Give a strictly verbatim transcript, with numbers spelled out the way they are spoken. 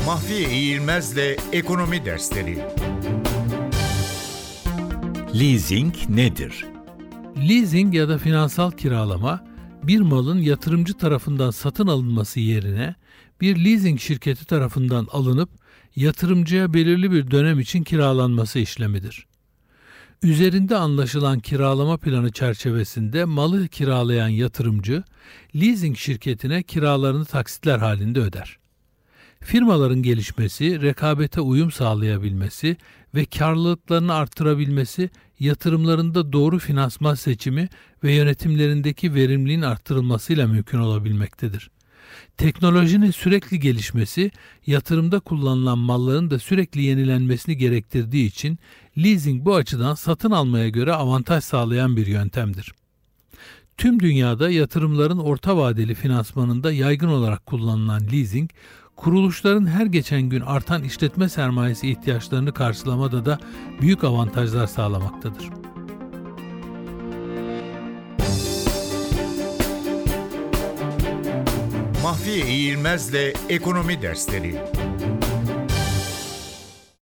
Mahfiye İğilmez'le Ekonomi Dersleri. Leasing nedir? Leasing ya da finansal kiralama, bir malın yatırımcı tarafından satın alınması yerine bir leasing şirketi tarafından alınıp yatırımcıya belirli bir dönem için kiralanması işlemidir. Üzerinde anlaşılan kiralama planı çerçevesinde malı kiralayan yatırımcı, leasing şirketine kiralarını taksitler halinde öder. Firmaların gelişmesi, rekabete uyum sağlayabilmesi ve karlılıklarını arttırabilmesi, yatırımlarında doğru finansman seçimi ve yönetimlerindeki verimliliğin arttırılmasıyla mümkün olabilmektedir. Teknolojinin sürekli gelişmesi, yatırımda kullanılan malların da sürekli yenilenmesini gerektirdiği için leasing bu açıdan satın almaya göre avantaj sağlayan bir yöntemdir. Tüm dünyada yatırımların orta vadeli finansmanında yaygın olarak kullanılan leasing, kuruluşların her geçen gün artan işletme sermayesi ihtiyaçlarını karşılamada da büyük avantajlar sağlamaktadır. Mahfiye İğilmez'le Ekonomi Dersleri.